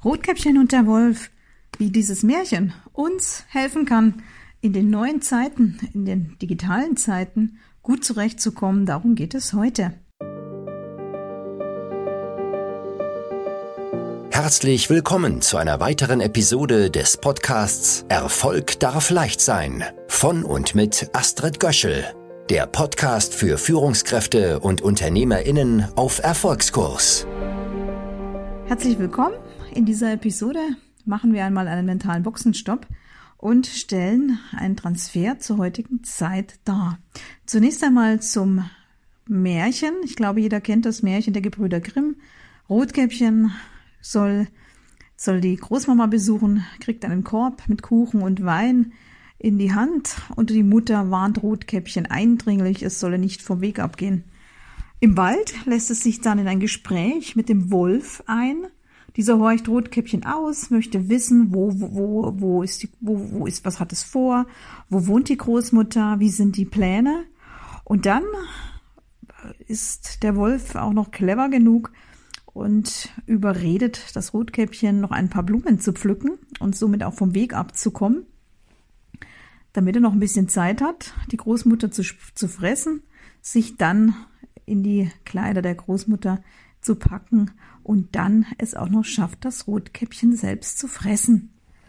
Rotkäppchen und der Wolf, wie dieses Märchen uns helfen kann, in den neuen Zeiten, in den digitalen Zeiten gut zurechtzukommen. Darum geht es heute. Herzlich willkommen zu einer weiteren Episode des Podcasts Erfolg darf leicht sein von und mit Astrid Göschel, der Podcast für Führungskräfte und UnternehmerInnen auf Erfolgskurs. Herzlich willkommen. In dieser Episode machen wir einmal einen mentalen Boxenstopp und stellen einen Transfer zur heutigen Zeit dar. Zunächst einmal zum Märchen. Ich glaube, jeder kennt das Märchen der Gebrüder Grimm. Rotkäppchen soll die Großmama besuchen, kriegt einen Korb mit Kuchen und Wein in die Hand und die Mutter warnt Rotkäppchen eindringlich, es solle nicht vom Weg abgehen. Im Wald lässt es sich dann in ein Gespräch mit dem Wolf ein. Dieser horcht Rotkäppchen aus, möchte wissen, was hat es vor, wo wohnt die Großmutter, wie sind die Pläne. Und dann ist der Wolf auch noch clever genug und überredet das Rotkäppchen, noch ein paar Blumen zu pflücken und somit auch vom Weg abzukommen, damit er noch ein bisschen Zeit hat, die Großmutter zu fressen, sich dann in die Kleider der Großmutter zu packen und dann es auch noch schafft, das Rotkäppchen selbst zu fressen.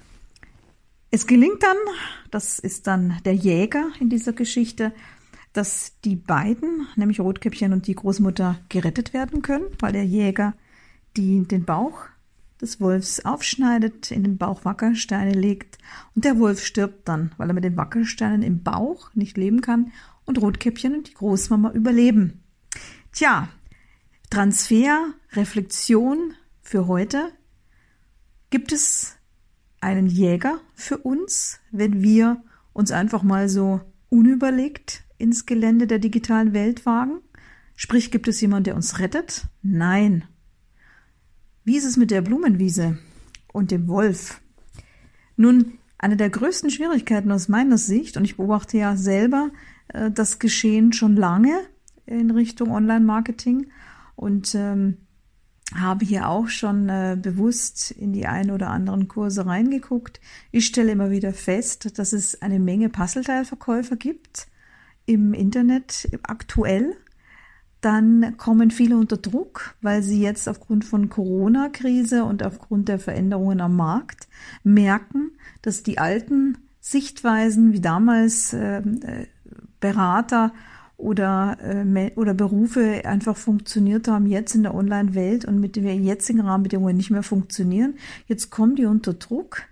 Es gelingt dann, das ist dann der Jäger in dieser Geschichte, dass die beiden, nämlich Rotkäppchen und die Großmutter, gerettet werden können, weil der Jäger den Bauch des Wolfs aufschneidet, in den Bauch Wackersteine legt und der Wolf stirbt dann, weil er mit den Wackersteinen im Bauch nicht leben kann und Rotkäppchen und die Großmama überleben. Tja, Transfer, Reflexion für heute. Gibt es einen Jäger für uns, wenn wir uns einfach mal so unüberlegt ins Gelände der digitalen Welt wagen? Sprich, gibt es jemanden, der uns rettet? Nein. Wie ist es mit der Blumenwiese und dem Wolf? Nun, eine der größten Schwierigkeiten aus meiner Sicht, und ich beobachte ja selber das Geschehen schon lange in Richtung Online-Marketing und habe hier auch schon bewusst in die ein oder anderen Kurse reingeguckt. Ich stelle immer wieder fest, dass es eine Menge Puzzleteilverkäufer gibt im Internet aktuell. Dann kommen viele unter Druck, weil sie jetzt aufgrund von Corona-Krise und aufgrund der Veränderungen am Markt merken, dass die alten Sichtweisen wie damals Berater oder Berufe einfach funktioniert haben, jetzt in der Online-Welt und mit den jetzigen Rahmenbedingungen nicht mehr funktionieren. Jetzt kommen die unter Druck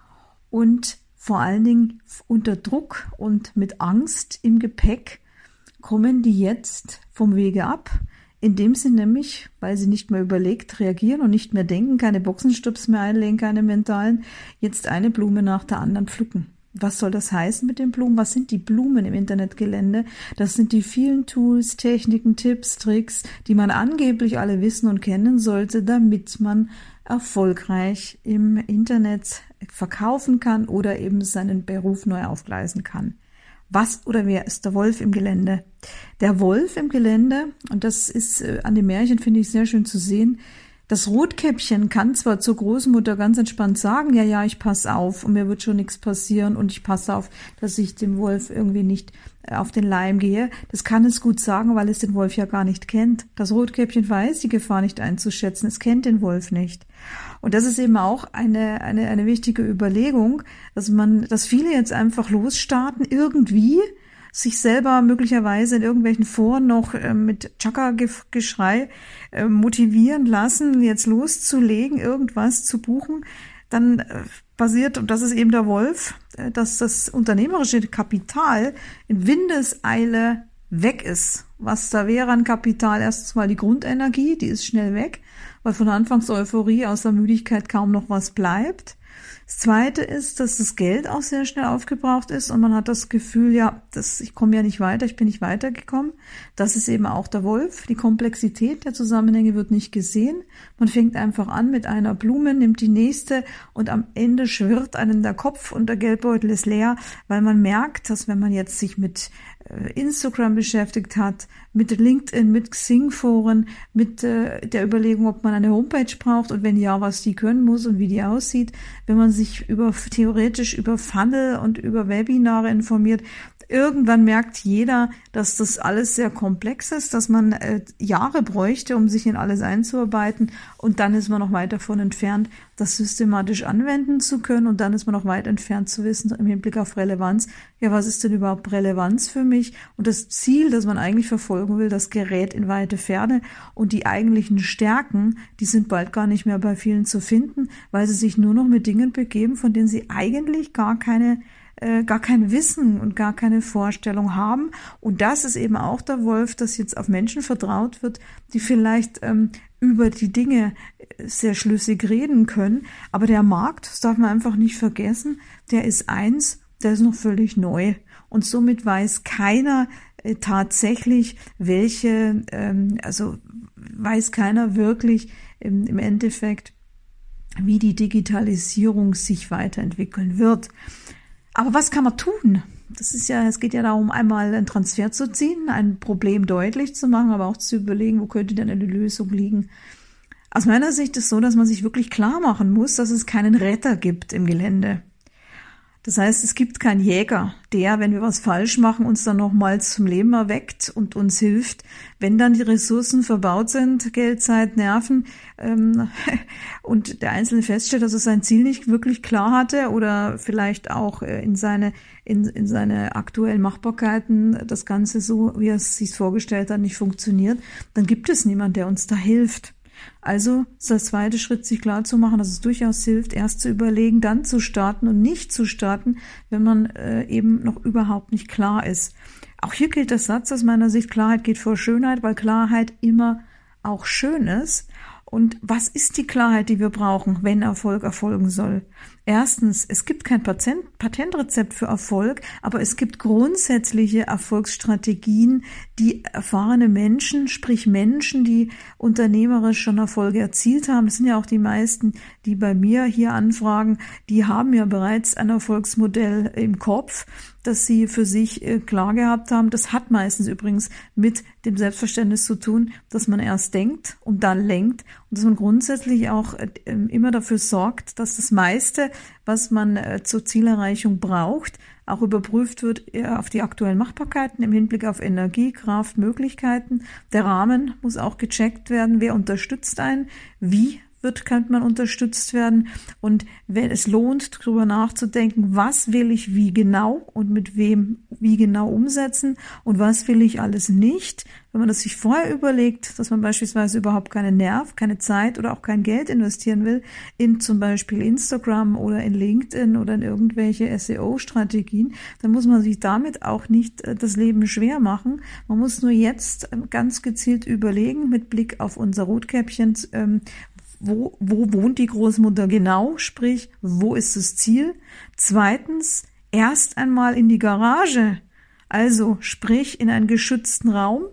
und vor allen Dingen unter Druck und mit Angst im Gepäck kommen die jetzt vom Wege ab, indem sie nämlich, weil sie nicht mehr überlegt reagieren und nicht mehr denken, keine Boxenstopps mehr einlegen, keine mentalen, jetzt eine Blume nach der anderen pflücken. Was soll das heißen mit den Blumen? Was sind die Blumen im Internetgelände? Das sind die vielen Tools, Techniken, Tipps, Tricks, die man angeblich alle wissen und kennen sollte, damit man erfolgreich im Internet verkaufen kann oder eben seinen Beruf neu aufgleisen kann. Was oder wer ist der Wolf im Gelände? Der Wolf im Gelände, und das ist an dem Märchen, finde ich, sehr schön zu sehen, das Rotkäppchen kann zwar zur Großmutter ganz entspannt sagen, ja, ich passe auf und mir wird schon nichts passieren und ich passe auf, dass ich dem Wolf irgendwie nicht auf den Leim gehe. Das kann es gut sagen, weil es den Wolf ja gar nicht kennt. Das Rotkäppchen weiß die Gefahr nicht einzuschätzen, es kennt den Wolf nicht. Und das ist eben auch eine wichtige Überlegung, dass viele jetzt einfach losstarten, irgendwie sich selber möglicherweise in irgendwelchen Foren noch mit Chaka-Geschrei motivieren lassen, jetzt loszulegen, irgendwas zu buchen, dann passiert, und das ist eben der Wolf, dass das unternehmerische Kapital in Windeseile weg ist. Was da wäre an Kapital? Erstens mal die Grundenergie, die ist schnell weg, weil von Anfangseuphorie aus der Müdigkeit kaum noch was bleibt. Das Zweite ist, dass das Geld auch sehr schnell aufgebraucht ist und man hat das Gefühl, ich komme ja nicht weiter, ich bin nicht weitergekommen. Das ist eben auch der Wolf. Die Komplexität der Zusammenhänge wird nicht gesehen. Man fängt einfach an mit einer Blume, nimmt die nächste und am Ende schwirrt einem der Kopf und der Geldbeutel ist leer, weil man merkt, dass wenn man jetzt sich mit Instagram beschäftigt hat, mit LinkedIn, mit Xing-Foren, mit der Überlegung, ob man eine Homepage braucht und wenn ja, was die können muss und wie die aussieht, wenn man sich theoretisch über Funnel und über Webinare informiert. Irgendwann merkt jeder, dass das alles sehr komplex ist, dass man Jahre bräuchte, um sich in alles einzuarbeiten und dann ist man noch weit davon entfernt, das systematisch anwenden zu können und dann ist man noch weit entfernt zu wissen, im Hinblick auf Relevanz, ja, was ist denn überhaupt Relevanz für mich? Und das Ziel, das man eigentlich verfolgen will, das gerät in weite Ferne und die eigentlichen Stärken, die sind bald gar nicht mehr bei vielen zu finden, weil sie sich nur noch mit Dingen begeben, von denen sie eigentlich gar kein Wissen und gar keine Vorstellung haben. Und das ist eben auch der Wolf, dass jetzt auf Menschen vertraut wird, die vielleicht über die Dinge sehr schlüssig reden können. Aber der Markt, das darf man einfach nicht vergessen, der ist noch völlig neu. Und somit weiß keiner tatsächlich, weiß keiner wirklich im Endeffekt, wie die Digitalisierung sich weiterentwickeln wird. Aber was kann man tun? Es geht ja darum, einmal einen Transfer zu ziehen, ein Problem deutlich zu machen, aber auch zu überlegen, wo könnte denn eine Lösung liegen. Aus meiner Sicht ist es so, dass man sich wirklich klar machen muss, dass es keinen Retter gibt im Gelände. Das heißt, es gibt keinen Jäger, der, wenn wir was falsch machen, uns dann nochmals zum Leben erweckt und uns hilft. Wenn dann die Ressourcen verbaut sind, Geld, Zeit, Nerven, und der Einzelne feststellt, dass er sein Ziel nicht wirklich klar hatte oder vielleicht auch in seine aktuellen Machbarkeiten das Ganze so, wie er es sich vorgestellt hat, nicht funktioniert, dann gibt es niemanden, der uns da hilft. Also ist der zweite Schritt, sich klar zu machen, dass es durchaus hilft, erst zu überlegen, dann zu starten und nicht zu starten, wenn man eben noch überhaupt nicht klar ist. Auch hier gilt der Satz aus meiner Sicht, Klarheit geht vor Schönheit, weil Klarheit immer auch schön ist. Und was ist die Klarheit, die wir brauchen, wenn Erfolg erfolgen soll? Erstens, es gibt kein Patentrezept für Erfolg, aber es gibt grundsätzliche Erfolgsstrategien, die erfahrene Menschen, sprich Menschen, die unternehmerisch schon Erfolge erzielt haben, das sind ja auch die meisten, die bei mir hier anfragen, die haben ja bereits ein Erfolgsmodell im Kopf, das sie für sich klar gehabt haben. Das hat meistens übrigens mit dem Selbstverständnis zu tun, dass man erst denkt und dann lenkt und dass man grundsätzlich auch immer dafür sorgt, dass das meiste, was man zur Zielerreichung braucht, auch überprüft wird auf die aktuellen Machbarkeiten im Hinblick auf Energie, Kraft, Möglichkeiten. Der Rahmen muss auch gecheckt werden. Wer unterstützt einen? Wie könnte man unterstützt werden? Und wenn es lohnt, darüber nachzudenken, was will ich wie genau und mit wem wie genau umsetzen und was will ich alles nicht. Wenn man das sich vorher überlegt, dass man beispielsweise überhaupt keinen Nerv, keine Zeit oder auch kein Geld investieren will in zum Beispiel Instagram oder in LinkedIn oder in irgendwelche SEO-Strategien, dann muss man sich damit auch nicht das Leben schwer machen. Man muss nur jetzt ganz gezielt überlegen, mit Blick auf unser Rotkäppchen, wo wohnt die Großmutter genau, sprich, wo ist das Ziel? Zweitens, erst einmal in die Garage, also sprich in einen geschützten Raum,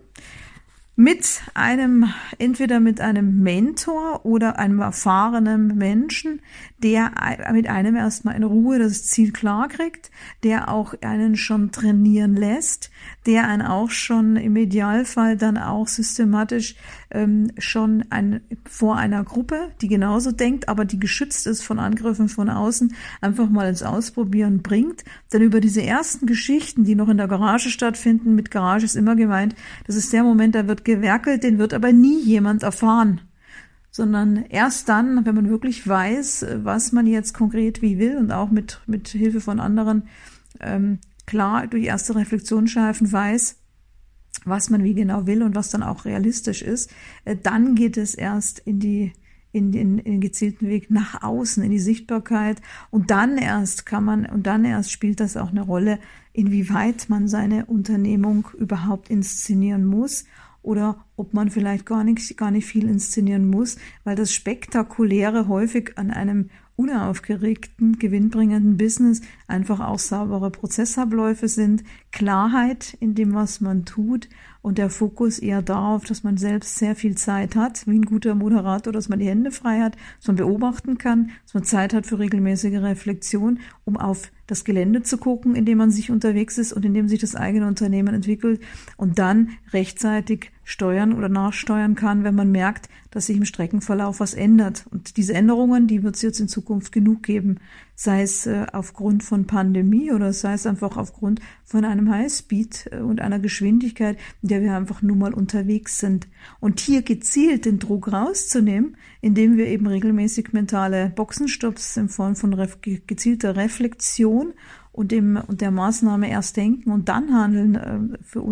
entweder mit einem Mentor oder einem erfahrenen Menschen, der mit einem erstmal in Ruhe das Ziel klar kriegt, der auch einen schon trainieren lässt, der einen auch schon im Idealfall dann auch systematisch schon vor einer Gruppe, die genauso denkt, aber die geschützt ist von Angriffen von außen, einfach mal ins Ausprobieren bringt. Denn über diese ersten Geschichten, die noch in der Garage stattfinden, mit Garage ist immer gemeint, das ist der Moment, da wird gewerkelt, den wird aber nie jemand erfahren. Sondern erst dann, wenn man wirklich weiß, was man jetzt konkret wie will und auch mit Hilfe von anderen klar durch erste Reflexionsschleifen weiß, was man wie genau will und was dann auch realistisch ist, dann geht es erst in den gezielten Weg nach außen, in die Sichtbarkeit und dann erst spielt das auch eine Rolle, inwieweit man seine Unternehmung überhaupt inszenieren muss oder ob man vielleicht gar nicht viel inszenieren muss, weil das Spektakuläre häufig an einem unaufgeregten, gewinnbringenden Business einfach auch saubere Prozessabläufe sind, Klarheit in dem, was man tut und der Fokus eher darauf, dass man selbst sehr viel Zeit hat, wie ein guter Moderator, dass man die Hände frei hat, dass man beobachten kann, dass man Zeit hat für regelmäßige Reflexion, um auf das Gelände zu gucken, in dem man sich unterwegs ist und in dem sich das eigene Unternehmen entwickelt und dann rechtzeitig steuern oder nachsteuern kann, wenn man merkt, dass sich im Streckenverlauf was ändert. Und diese Änderungen, die wird es jetzt in Zukunft genug geben, sei es aufgrund von Pandemie oder sei es einfach aufgrund von einem Highspeed und einer Geschwindigkeit, in der wir einfach nur mal unterwegs sind. Und hier gezielt den Druck rauszunehmen, indem wir eben regelmäßig mentale Boxenstopps in Form von gezielter Reflexion und der Maßnahme erst denken und dann handeln für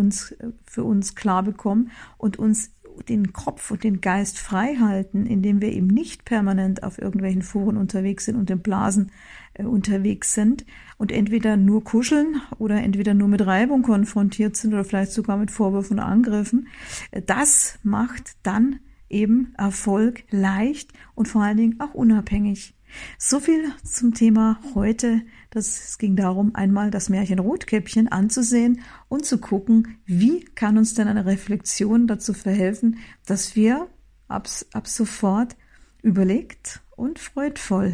uns klar bekommen und uns den Kopf und den Geist frei halten, indem wir eben nicht permanent auf irgendwelchen Foren unterwegs sind und in Blasen unterwegs sind und entweder nur kuscheln oder entweder nur mit Reibung konfrontiert sind oder vielleicht sogar mit Vorwürfen und Angriffen. Das macht dann eben Erfolg leicht und vor allen Dingen auch unabhängig. So viel zum Thema heute. Es ging darum, einmal das Märchen Rotkäppchen anzusehen und zu gucken, wie kann uns denn eine Reflexion dazu verhelfen, dass wir ab sofort überlegt und freudvoll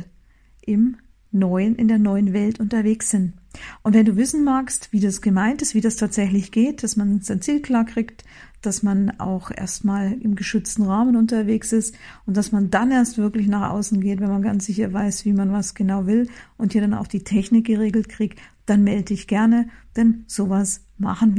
in der neuen Welt unterwegs sind. Und wenn du wissen magst, wie das gemeint ist, wie das tatsächlich geht, dass man sein Ziel klar kriegt, dass man auch erstmal im geschützten Rahmen unterwegs ist und dass man dann erst wirklich nach außen geht, wenn man ganz sicher weiß, wie man was genau will und hier dann auch die Technik geregelt kriegt, dann melde dich gerne, denn sowas mache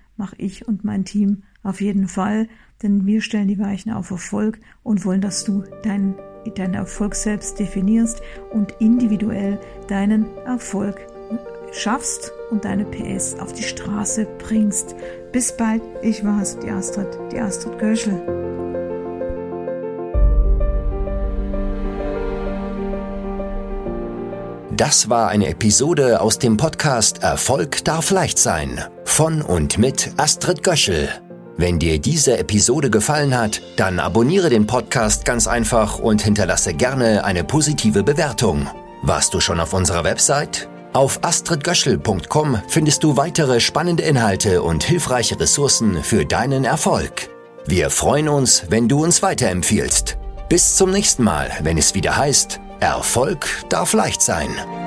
ich und mein Team auf jeden Fall, denn wir stellen die Weichen auf Erfolg und wollen, dass du deinen Erfolg selbst definierst und individuell deinen Erfolg schaffst und deine PS auf die Straße bringst. Bis bald, ich war's, die Astrid Göschel. Das war eine Episode aus dem Podcast Erfolg darf leicht sein von und mit Astrid Göschel. Wenn dir diese Episode gefallen hat, dann abonniere den Podcast ganz einfach und hinterlasse gerne eine positive Bewertung. Warst du schon auf unserer Website? Auf astridgöschel.com findest du weitere spannende Inhalte und hilfreiche Ressourcen für deinen Erfolg. Wir freuen uns, wenn du uns weiterempfiehlst. Bis zum nächsten Mal, wenn es wieder heißt, Erfolg darf leicht sein.